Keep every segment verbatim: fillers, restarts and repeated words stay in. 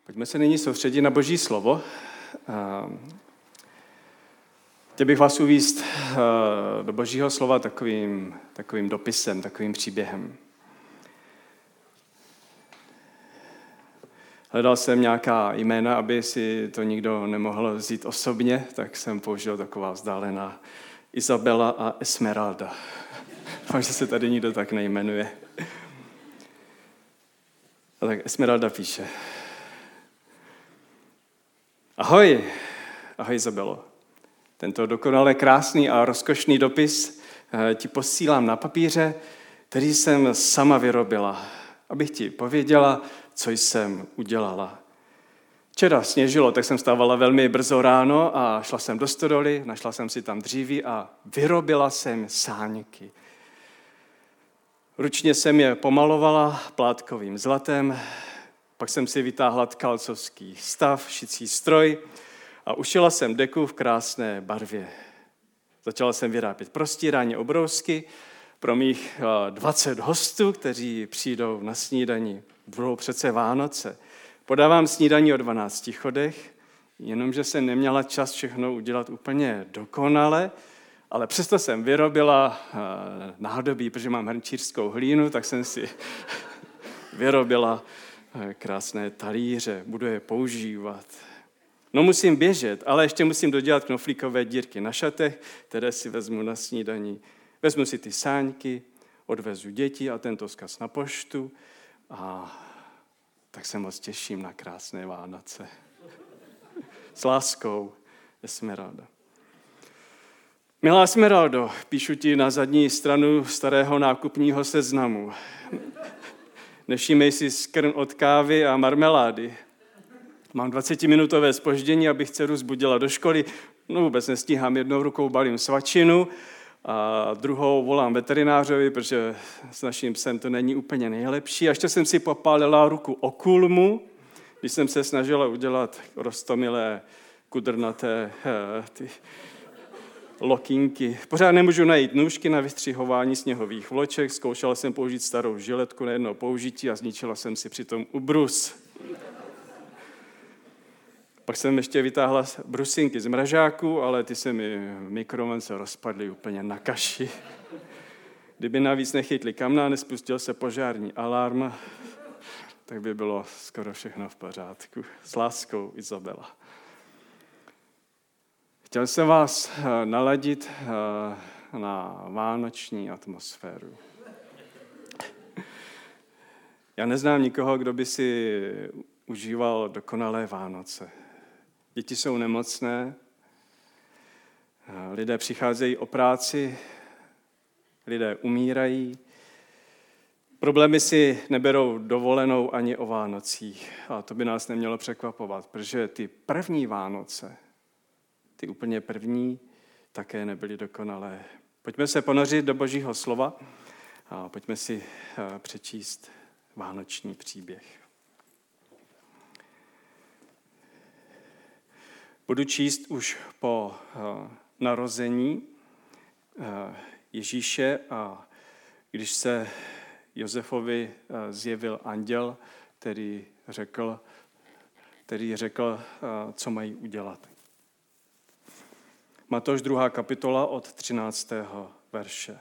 Pojďme se nyní soustředit na Boží slovo. Chtěl bych vás uvést do Božího slova takovým, takovým dopisem, takovým příběhem. Hledal jsem nějaká jména, aby si to nikdo nemohl vzít osobně, tak jsem použil taková vzdálená Izabela a Esmeralda. Doufám, že se tady nikdo tak nejmenuje. A tak Esmeralda píše. Ahoj, ahoj Izabelo. Tento dokonale krásný a rozkošný dopis ti posílám na papíře, který jsem sama vyrobila, abych ti pověděla, co jsem udělala. Včera sněžilo, tak jsem stávala velmi brzo ráno a šla jsem do stodoly, našla jsem si tam dříví a vyrobila jsem sáňky. Ručně jsem je pomalovala plátkovým zlatem, pak jsem si vytáhla tkalcovský stav, šicí stroj a ušila jsem deku v krásné barvě. Začala jsem vyrábět prostírání obrousky pro mých dvacet hostů, kteří přijdou na snídani. Budou přece Vánoce. Podávám snídaní o dvanácti chodech, jenomže jsem neměla čas všechno udělat úplně dokonale, ale přesto jsem vyrobila nádobí, protože mám hrnčířskou hlínu, tak jsem si vyrobila krásné talíře, budu je používat. No musím běžet, ale ještě musím dodělat knoflíkové dírky na šatech, které si vezmu na snídaní. Vezmu si ty sáňky, odvezu děti a tento vzkaz na poštu a tak se moc těším na krásné Vánoce. S láskou, Esmeralda. Milá Esmeraldo, píšu ti na zadní stranu starého nákupního seznamu. Nevšímej si skrn od kávy a marmelády. Mám dvacetiminutové zpoždění, abych dceru zbudila do školy. No vůbec nestíhám, jednou rukou balím svačinu a druhou volám veterinářovi, protože s naším psem to není úplně nejlepší. A ještě jsem si popálila ruku o kulmu, když jsem se snažila udělat roztomilé kudrnaté ty lokinky. Pořád nemůžu najít nůžky na vystřihování sněhových vloček, zkoušela jsem použít starou žiletku na jedno použití a zničila jsem si přitom ubrus. Pak jsem ještě vytáhla brusinky z mražáku, ale ty se mi v mikrovlnce rozpadly úplně na kaši. Kdyby navíc nechytli kamna, nespustil se požární alarm, tak by bylo skoro všechno v pořádku. S láskou, Izabela. Chtěl jsem vás naladit na vánoční atmosféru. Já neznám nikoho, kdo by si užíval dokonalé Vánoce. Děti jsou nemocné, lidé přicházejí o práci, lidé umírají, problémy si neberou dovolenou ani o Vánocích. A to by nás nemělo překvapovat, protože ty první Vánoce, ty úplně první, také nebyly dokonalé. Pojďme se ponořit do Božího slova a pojďme si přečíst vánoční příběh. Budu číst už po narození Ježíše a když se Josefovi zjevil anděl, který řekl, který řekl, co mají udělat. Matouš druhá kapitola od třináctého verše.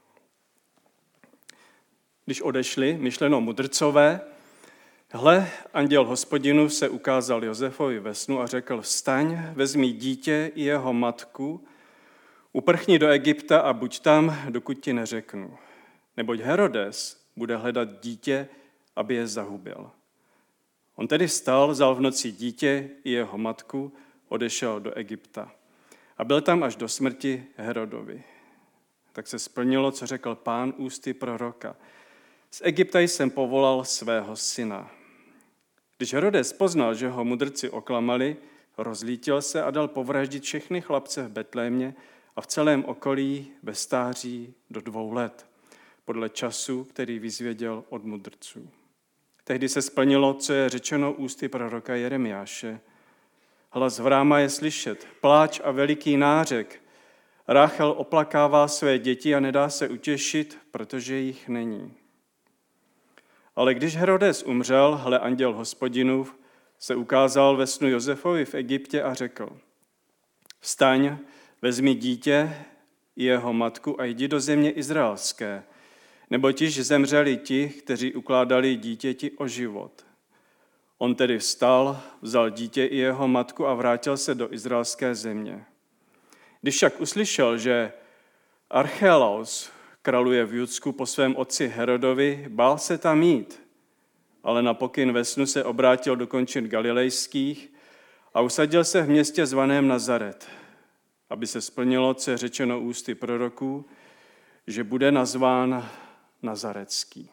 Když odešli, myšleno mudrcové, hle, anděl Hospodinu se ukázal Josefovi ve snu a řekl, vstaň, vezmi dítě i jeho matku, uprchni do Egypta a buď tam, dokud ti neřeknu. Neboť Herodes bude hledat dítě, aby je zahubil. On tedy vstal, vzal v noci dítě i jeho matku, odešel do Egypta. A byl tam až do smrti Herodovi. Tak se splnilo, co řekl Pán ústy proroka. Z Egypta jsem povolal svého syna. Když Herodes poznal, že ho mudrci oklamali, rozlítil se a dal povraždit všechny chlapce v Betlémě a v celém okolí ve stáří do dvou let, podle času, který vyzvěděl od mudrců. Tehdy se splnilo, co je řečeno ústy proroka Jeremiáše. Hlas v ráma je slyšet, pláč a veliký nářek. Ráchel oplakává své děti a nedá se utěšit, protože jich není. Ale když Herodes umřel, hle anděl Hospodinův se ukázal ve snu Josefovi v Egyptě a řekl: Vstaň, vezmi dítě i jeho matku a jdi do země izraelské, neboť již zemřeli ti, kteří ukládali dítěti o život. On tedy vstal, vzal dítě i jeho matku a vrátil se do izraelské země. Když však uslyšel, že Archelaus králuje v Judsku po svém otci Herodovi, bál se tam jít, ale na pokyn ve snu se obrátil do končin galilejských a usadil se v městě zvaném Nazaret, aby se splnilo, co je řečeno ústy proroků, že bude nazván Nazaretský.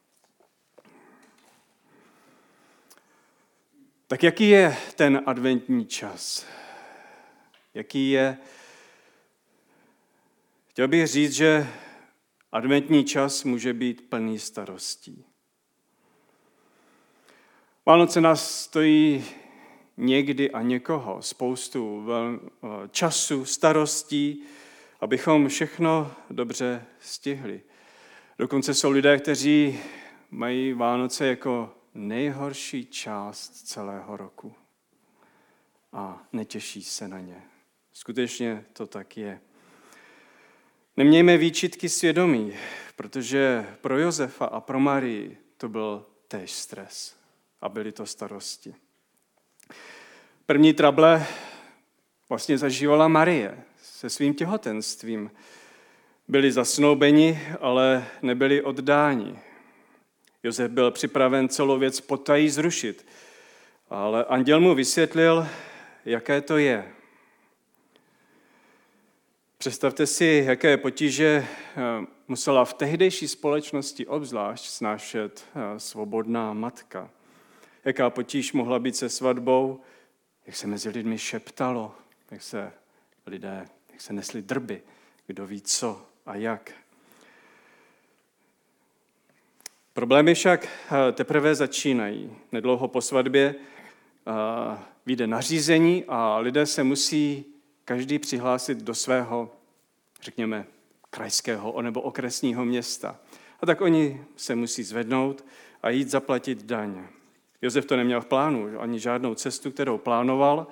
Tak jaký je ten adventní čas? Jaký je? Chtěl bych říct, že adventní čas může být plný starostí. Vánoce nás stojí někdy a někoho spoustu času, starostí, abychom všechno dobře stihli. Dokonce jsou lidé, kteří mají Vánoce jako nejhorší část celého roku a netěší se na ně. Skutečně to tak je. Nemějme výčitky svědomí, protože pro Josefa a pro Marii to byl též stres a byly to starosti. První trable vlastně zažívala Marie se svým těhotenstvím. Byli zasnoubeni, ale nebyli oddáni. Josef byl připraven celou věc potají zrušit, ale anděl mu vysvětlil, jaké to je. Představte si, jaké potíže musela v tehdejší společnosti obzvlášť snášet svobodná matka. Jaká potíž mohla být se svatbou, jak se mezi lidmi šeptalo, jak se lidé, jak se nesli drby, kdo ví co a jak. Problémy však teprve začínají. Nedlouho po svatbě vyjde nařízení a lidé se musí každý přihlásit do svého, řekněme, krajského nebo okresního města. A tak oni se musí zvednout a jít zaplatit daň. Josef to neměl v plánu, ani žádnou cestu, kterou plánoval.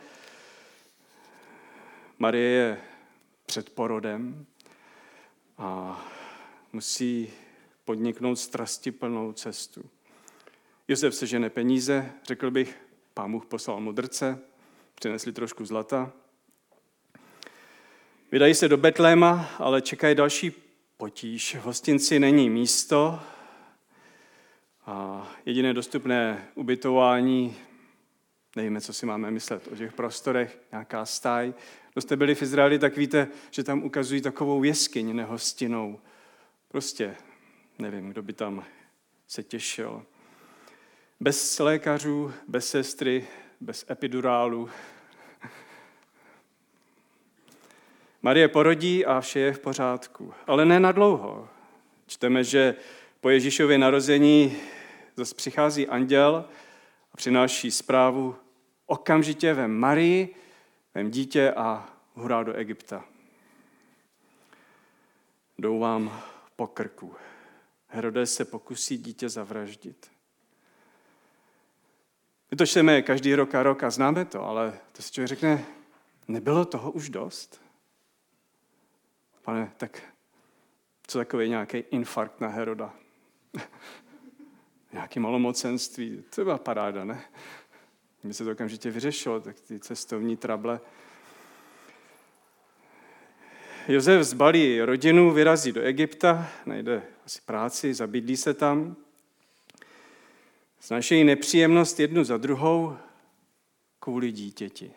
Marie je před porodem a musí podniknout strastiplnou cestu. Josef sežene peníze, řekl bych, Pán Bůh poslal mudrce, přinesli trošku zlata. Vydají se do Betléma, ale čekají další potíž. V hostinci není místo a jediné dostupné ubytování, nevíme, co si máme myslet o těch prostorech, nějaká stáj. Kdo jste byli v Izraeli, tak víte, že tam ukazují takovou jeskyň nehostinnou. Prostě nevím, kdo by tam se těšil. Bez lékařů, bez sestry, bez epidurálu. Marie porodí a vše je v pořádku, ale ne na dlouho. Čteme, že po Ježíšově narození zase přichází anděl a přináší zprávu: okamžitě vem Marii, vem dítě a hurá do Egypta. Jdou vám po krku. Herodes se pokusí dítě zavraždit. My to čteme každý rok a rok a známe to, ale to si člověk řekne, nebylo toho už dost? Pane, tak co takové nějaký infarkt na Heroda? Nějaké malomocenství, to byla paráda, ne? Kdyby se to okamžitě vyřešilo, tak ty cestovní trable. Josef zbalí rodinu, vyrazí do Egypta, najde asi práci, zabydlí se tam. Snášejí nepříjemnost jednu za druhou kvůli dítěti.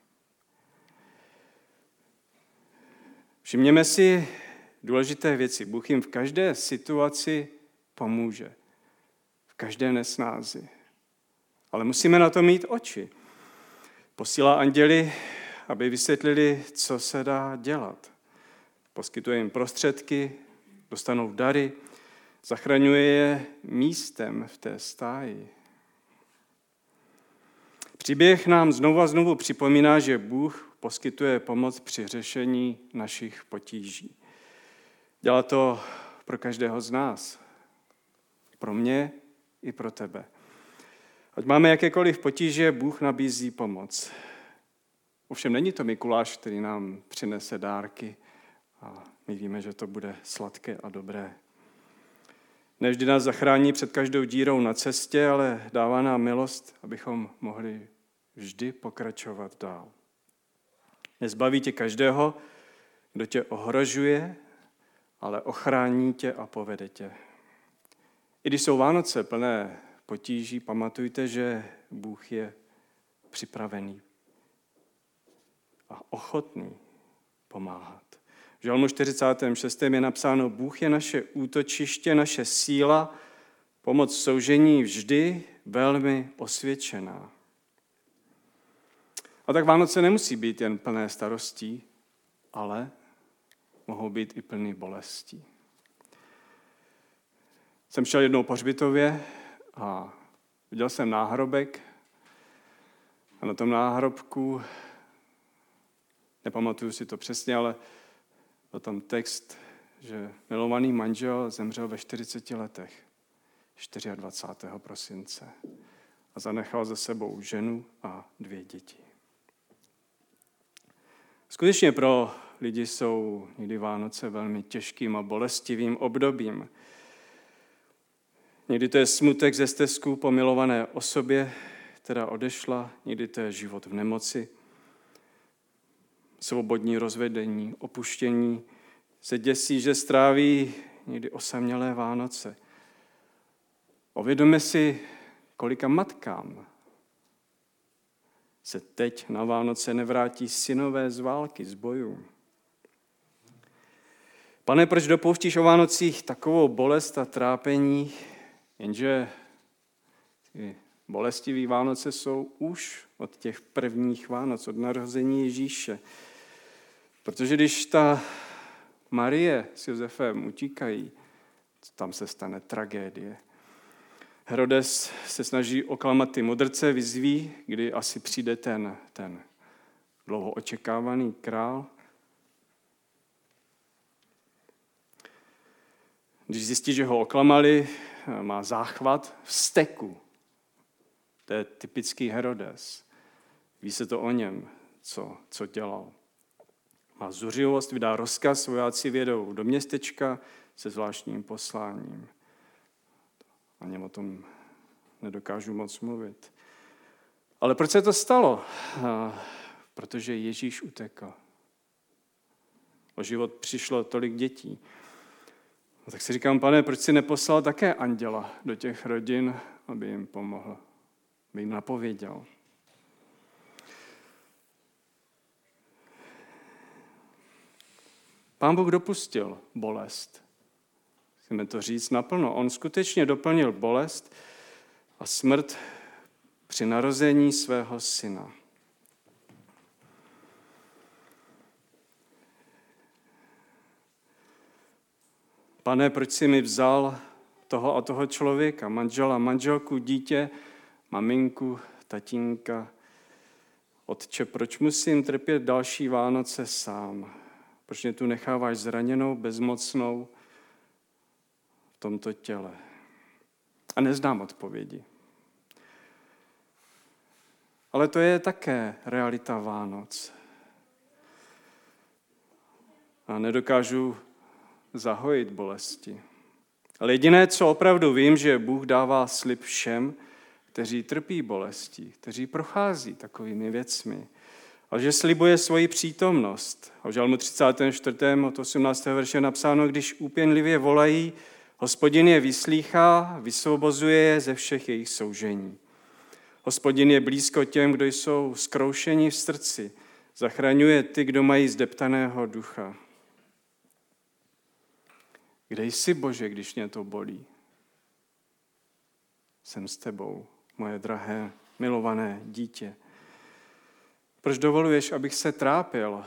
Všimněme si důležité věci. Bůh jim v každé situaci pomůže. V každé nesnázi. Ale musíme na to mít oči. Posílá anděli, aby vysvětlili, co se dá dělat. Poskytuje jim prostředky, dostanou dary, zachraňuje je místem v té stáji. Příběh nám znovu a znovu připomíná, že Bůh poskytuje pomoc při řešení našich potíží. Dělá to pro každého z nás. Pro mě i pro tebe. Ať máme jakékoliv potíže, Bůh nabízí pomoc. Ovšem není to Mikuláš, který nám přinese dárky a my víme, že to bude sladké a dobré. Ne vždy nás zachrání před každou dírou na cestě, ale dává nám milost, abychom mohli vždy pokračovat dál. Nezbaví tě každého, kdo tě ohrožuje, ale ochrání tě a povede tě. I když jsou Vánoce plné potíží, pamatujte, že Bůh je připravený a ochotný pomáhat. V Žalmu čtyřicátém šestém je napsáno: Bůh je naše útočiště, naše síla, pomoc v soužení vždy velmi osvědčená. A tak Vánoce nemusí být jen plné starostí, ale mohou být i plný bolestí. Jsem šel jednou po hřbitově a viděl jsem náhrobek a na tom náhrobku, nepamatuju si to přesně, ale byl tam text, že milovaný manžel zemřel ve čtyřiceti letech, dvacátého čtvrtého prosince, a zanechal za sebou ženu a dvě děti. Skutečně pro lidi jsou někdy Vánoce velmi těžkým a bolestivým obdobím. Někdy to je smutek ze stesku po milované osobě, která odešla, někdy to je život v nemoci, svobodní rozvedení, opuštění, se děsí, že stráví někdy osamělé Vánoce. Uvědomme si, kolika matkám se teď na Vánoce nevrátí synové z války, z bojů. Pane, proč dopouštíš o Vánocích takovou bolest a trápení, jenže ty bolestivý Vánoce jsou už od těch prvních Vánoc, od narození Ježíše. Protože když ta Marie s Josefem utíkají, tam se stane tragédie. Herodes se snaží oklamat ty mudrce, vyzví, kdy asi přijde ten, ten dlouho očekávaný král. Když zjistí, že ho oklamali, má záchvat vzteku. To je typický Herodes. Ví se to o něm, co, co dělal. Má zuřivost, vydá rozkaz, vojáci vědou do městečka se zvláštním posláním. A něm o tom nedokážu moc mluvit. Ale proč se to stalo? Protože Ježíš utekl. O život přišlo tolik dětí. No tak si říkám, Pane, proč si neposlal také anděla do těch rodin, aby jim pomohl, aby jim napověděl. Pán Bůh dopustil bolest. Chceme to říct naplno. On skutečně doplnil bolest a smrt při narození svého syna. Pane, proč jsi mi vzal toho a toho člověka, manžela, manželku, dítě, maminku, tatínka? Otče, proč musím trpět další Vánoce sám? Proč mě tu necháváš zraněnou, bezmocnou v tomto těle? A neznám odpovědi. Ale to je také realita Vánoc. A nedokážu zahojit bolesti. Ale jediné, co opravdu vím, že Bůh dává slib všem, kteří trpí bolestí, kteří prochází takovými věcmi. A že slibuje svoji přítomnost. A v Žalmu třicátém čtvrtém od osmnáctého verše napsáno, když úpěnlivě volají, Hospodin je vyslýchá, vysvobozuje je ze všech jejich soužení. Hospodin je blízko těm, kdo jsou zkroušeni v srdci, zachraňuje ty, kdo mají zdeptaného ducha. Kde jsi, Bože, když mě to bolí? Jsem s tebou, moje drahé, milované dítě. Proč dovoluješ, abych se trápil?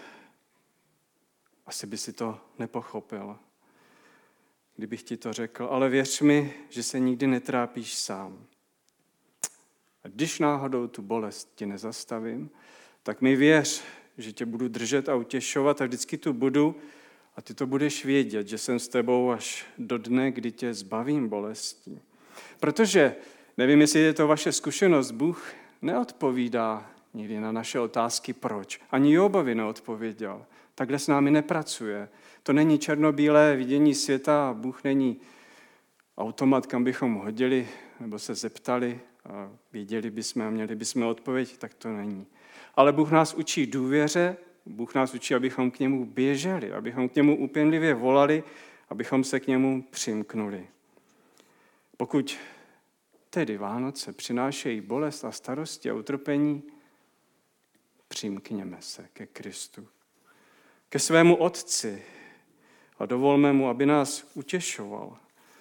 Asi by si to nepochopil, kdybych ti to řekl, ale věř mi, že se nikdy netrápíš sám. A když náhodou tu bolest ti nezastavím, tak mi věř, že tě budu držet a utěšovat a vždycky tu budu a ty to budeš vědět, že jsem s tebou až do dne, kdy tě zbavím bolestí. Protože Nevím, jestli je to vaše zkušenost. Bůh neodpovídá nikdy na naše otázky proč. Ani Jobovi neodpověděl. Takhle s námi nepracuje. To není černobílé vidění světa. Bůh není automat, kam bychom hodili nebo se zeptali a věděli bychom a měli bychom odpověď. Tak to není. Ale Bůh nás učí důvěře. Bůh nás učí, abychom k němu běželi, abychom k němu úpěnlivě volali, abychom se k němu přimknuli. Pokud tedy Vánoce přinášejí bolest a starosti a utrpení, přimkněme se ke Kristu, ke svému Otci a dovolme mu, aby nás utěšoval.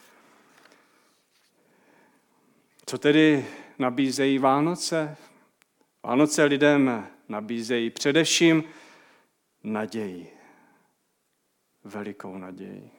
Co tedy nabízejí Vánoce? Vánoce lidem nabízejí především naději. Velikou naději.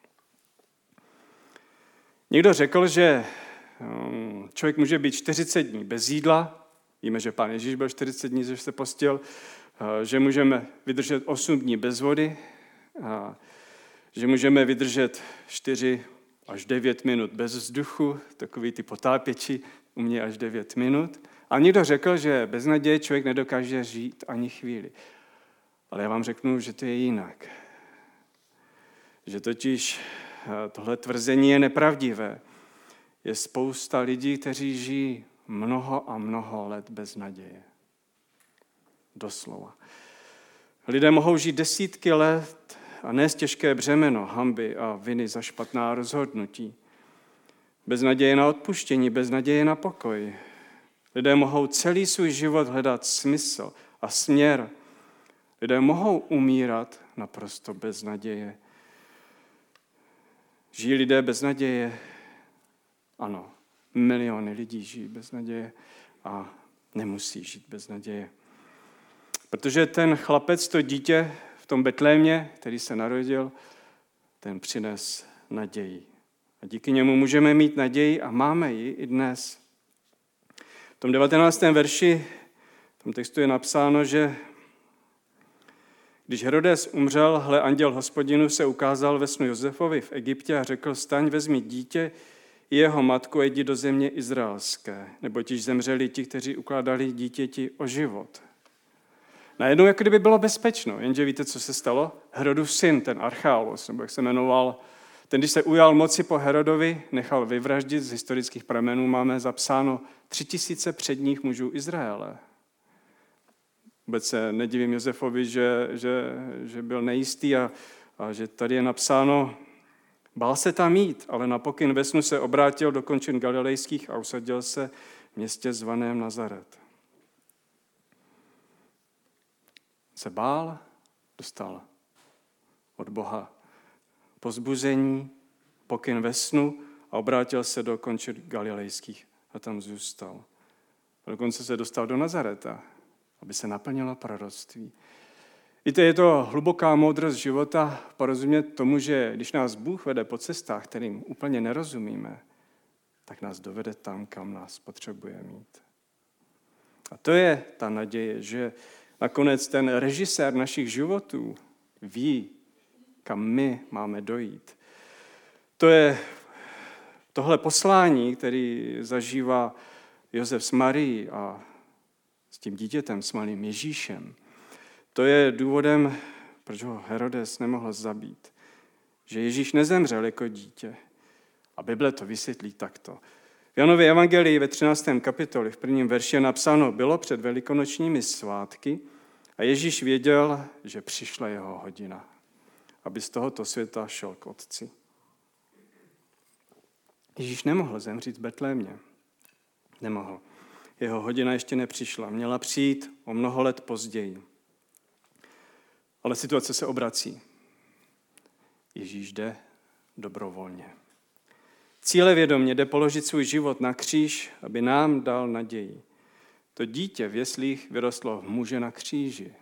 Někdo řekl, že člověk může být čtyřicet dní bez jídla. Víme, že Pán Ježíš byl čtyřicet dní, že se postil. Že můžeme vydržet osm dní bez vody. Že můžeme vydržet čtyři až devět minut bez vzduchu. Takový ty potápěči umějí až devět minut. A někdo řekl, že bez naděje člověk nedokáže žít ani chvíli. Ale já vám řeknu, že to je jinak. Že totiž tohle tvrzení je nepravdivé. Je spousta lidí, kteří žijí mnoho a mnoho let bez naděje. Doslova. Lidé mohou žít desítky let a nést těžké břemeno, hanby a viny za špatná rozhodnutí. Bez naděje na odpuštění, bez naděje na pokoj. Lidé mohou celý svůj život hledat smysl a směr. Lidé mohou umírat naprosto bez naděje. Žijí lidé bez naděje? Ano, miliony lidí žijí bez naděje a nemusí žít bez naděje. Protože ten chlapec, to dítě v tom Betlémě, který se narodil, ten přines naději. A díky němu můžeme mít naději a máme ji i dnes. V tom devatenáctém verši, v tom textu je napsáno, že když Herodes umřel, hle, anděl Hospodinu se ukázal ve snu Josefovi v Egyptě a řekl, staň, vezmi dítě i jeho matku a jdi do země izraelské, neboť již zemřeli ti, kteří ukládali dítěti o život. Najednou jako kdyby bylo bezpečno, jenže víte, co se stalo? Herodův syn, ten Archálos, nebo jak se jmenoval, ten, když se ujal moci po Herodovi, nechal vyvraždit, z historických pramenů máme zapsáno tři tisíce předních mužů Izraele. Vůbec se nedivím Josefovi, že, že, že byl nejistý a, a že tady je napsáno, bál se tam jít, ale na pokyn ve snu se obrátil do končin galilejských a usadil se v městě zvaném Nazaret. Se bál, dostal od Boha povzbuzení, pokyn ve snu a obrátil se do končin galilejských a tam zůstal. A dokonce se dostal do Nazareta, aby se naplnilo proroctví. Víte, je to hluboká moudrost života porozumět tomu, že když nás Bůh vede po cestách, kterým úplně nerozumíme, tak nás dovede tam, kam nás potřebuje mít. A to je ta naděje, že nakonec ten režisér našich životů ví, kam my máme dojít. To je tohle poslání, který zažívá Josef s Marií a s tím dítětem, s malým Ježíšem. To je důvodem, proč ho Herodes nemohl zabít. Že Ježíš nezemřel jako dítě. A Bible to vysvětlí takto. V Janově evangelii ve třináctém kapitoli v prvním verši je napsáno, bylo před velikonočními svátky a Ježíš věděl, že přišla jeho hodina, aby z tohoto světa šel k Otci. Ježíš nemohl zemřít v Betlémě. Nemohl. Jeho hodina ještě nepřišla. Měla přijít o mnoho let později. Ale situace se obrací. Ježíš jde dobrovolně. Cílevědomě jde položit svůj život na kříž, aby nám dal naději. To dítě v jeslích vyrostlo v muže na kříži.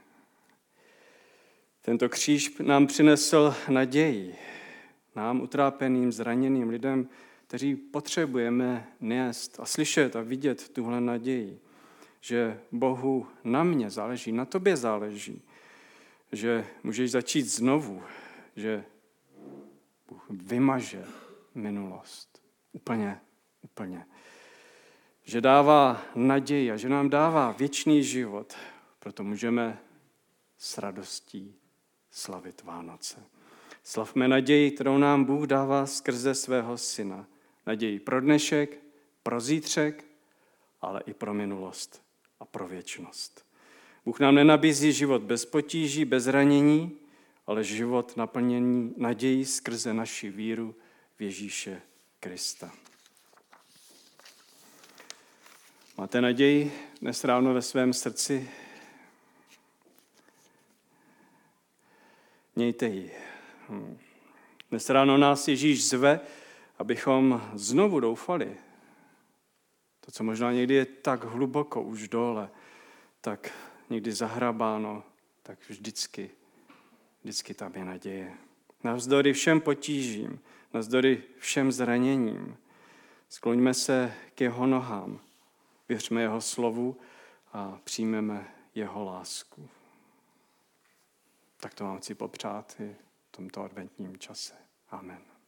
Tento kříž nám přinesl naději. Nám, utrápeným, zraněným lidem, kteří potřebujeme nést a slyšet a vidět tuhle naději. Že Bohu na mě záleží, na tobě záleží. Že můžeš začít znovu. Že Bůh vymaže minulost. Úplně, úplně. že dává naději a že nám dává věčný život. Proto můžeme s radostí slavit Vánoce. Slavme naději, kterou nám Bůh dává skrze svého syna. Naději pro dnešek, pro zítřek, ale i pro minulost a pro věčnost. Bůh nám nenabízí život bez potíží, bez ranění, ale život naplněný nadějí skrze naši víru v Ježíše Krista. Máte naději dnes ráno ve svém srdci? Mějte ji. Dnes ráno nás Ježíš zve, abychom znovu doufali. To, co možná někdy je tak hluboko už dole, tak někdy zahrabáno, tak vždycky, vždycky tam je naděje. Navzdory všem potížím, navzdory všem zraněním, skloňme se k jeho nohám, věřme jeho slovu a přijmeme jeho lásku. Tak to vám chci popřát i v tomto adventním čase. Amen.